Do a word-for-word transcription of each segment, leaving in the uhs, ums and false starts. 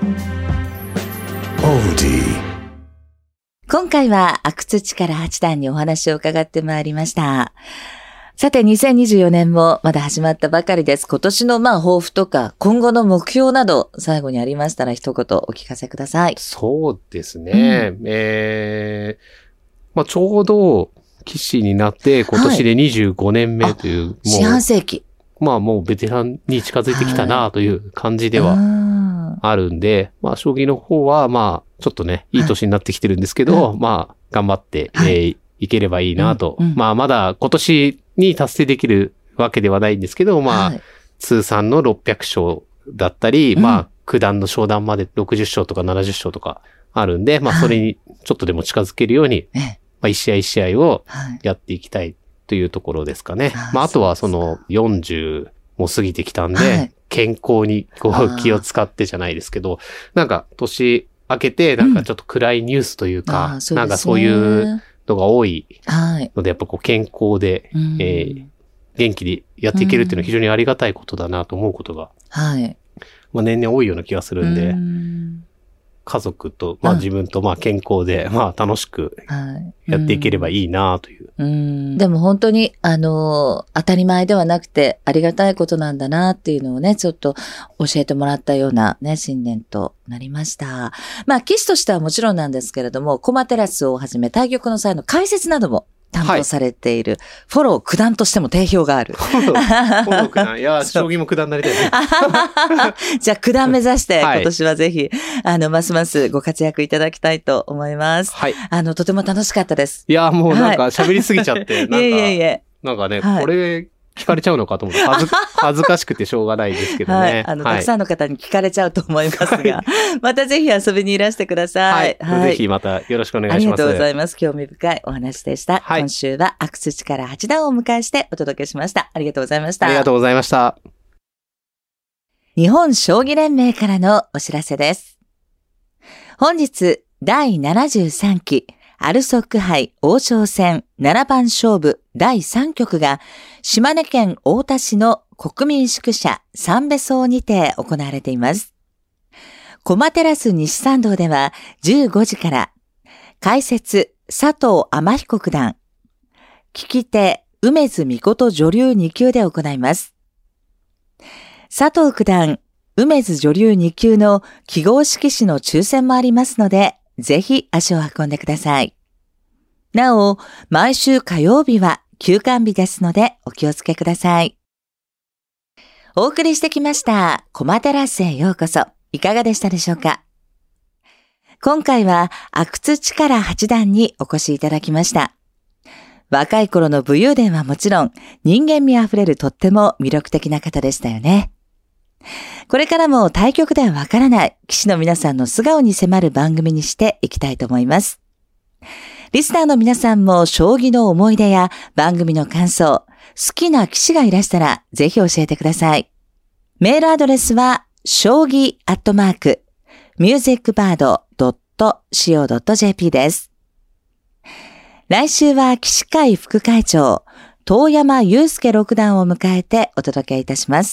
今回は阿久津力八段にお話を伺ってまいりました。さてにせんにじゅうよねんもまだ始まったばかりです。今年のまあ抱負とか今後の目標など最後にありましたら一言お聞かせください。 そうですね。うん、えー、まあちょうど棋士になって今年でにじゅうごねんめという、はい、もう四半世紀。 まあもうベテランに近づいてきたなという感じではあるんで、はい、まあ将棋の方はまあちょっとね、いい年になってきてるんですけど、はい、まあ頑張って、はい、えー、いければいいなと、うんうん。まあまだ今年に達成できるわけではないんですけど、まあ、はい、通算のろっぴゃく勝だったり、うん、まあ九段の昇段までろくじゅっ勝とかななじゅっ勝とかあるんで、まあそれにちょっとでも近づけるように、はい、まあ一試合一試合をやっていきたいというところですかね。はい、まああとはそのよんじゅうも過ぎてきたんで、はい、健康にこう気を使ってじゃないですけど、なんか年明けてなんかちょっと暗いニュースというか、うん、なんかそういうのが多いので、やっぱこう健康で、はい、えー、元気でやっていけるっていうのは非常にありがたいことだなと思うことが、はい、まあ年々多いような気がするんで、うん家族と、まあ自分とまあ健康で、まあ楽しくやっていければいいなという、 はい、うん。でも本当に、あの、当たり前ではなくてありがたいことなんだなっていうのをね、ちょっと教えてもらったようなね、新年となりました。まあ棋士としてはもちろんなんですけれども、駒テラスをはじめ対局の際の解説なども担当されている、はい、フォロー九段としても定評がある。フォロー、 フォロー九段。いや、将棋も九段になりたいね。 じゃあ九段目指して、今年はぜひ、はい、あの、ますますご活躍いただきたいと思います。はい。あの、とても楽しかったです。 いや、もうなんか喋りすぎちゃって、なんか、 いえいえいえなんかね、はい、これ、聞かれちゃうのかと思って恥ず、恥ずかしくてしょうがないですけどね。はい。 あの、はい、たくさんの方に聞かれちゃうと思いますが、はい、またぜひ遊びにいらしてください。 はい。はい、ぜひまたよろしくお願いします。 ありがとうございます。興味深いお話でした。はい、今週は阿久津力八段をお迎えしてお届けしました。ありがとうございました。 ありがとうございました。 日本将棋連盟からのお知らせです。本日、だいななじゅうさんき、アルソック杯王将戦ななばん勝負だいさんきょくが島根県大田市の国民宿舎三部荘にて行われています。駒テラス西参道ではじゅうごじから解説佐藤天彦九段、聞き手梅津美琴女流に級で行います。佐藤九段、梅津女流に級の記号色紙の抽選もありますので、ぜひ足を運んでください。なお、毎週火曜日は休館日ですのでお気をつけください。お送りしてきました駒テラスへようこそ。いかがでしたでしょうか。今回は阿久津力八段にお越しいただきました。若い頃の武勇伝はもちろん、人間味あふれるとっても魅力的な方でしたよね。これからも対局ではわからない棋士の皆さんの素顔に迫る番組にしていきたいと思います。リスナーの皆さんも将棋の思い出や番組の感想、好きな棋士がいらしたらぜひ教えてください。メールアドレスは将棋アットマークミュージックバードドットシーオードットジェーピー です。来週は棋士会副会長遠山祐介六段を迎えてお届けいたします。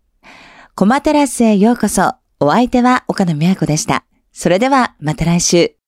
駒テラスへようこそ。お相手は岡野美和子でした。それではまた来週。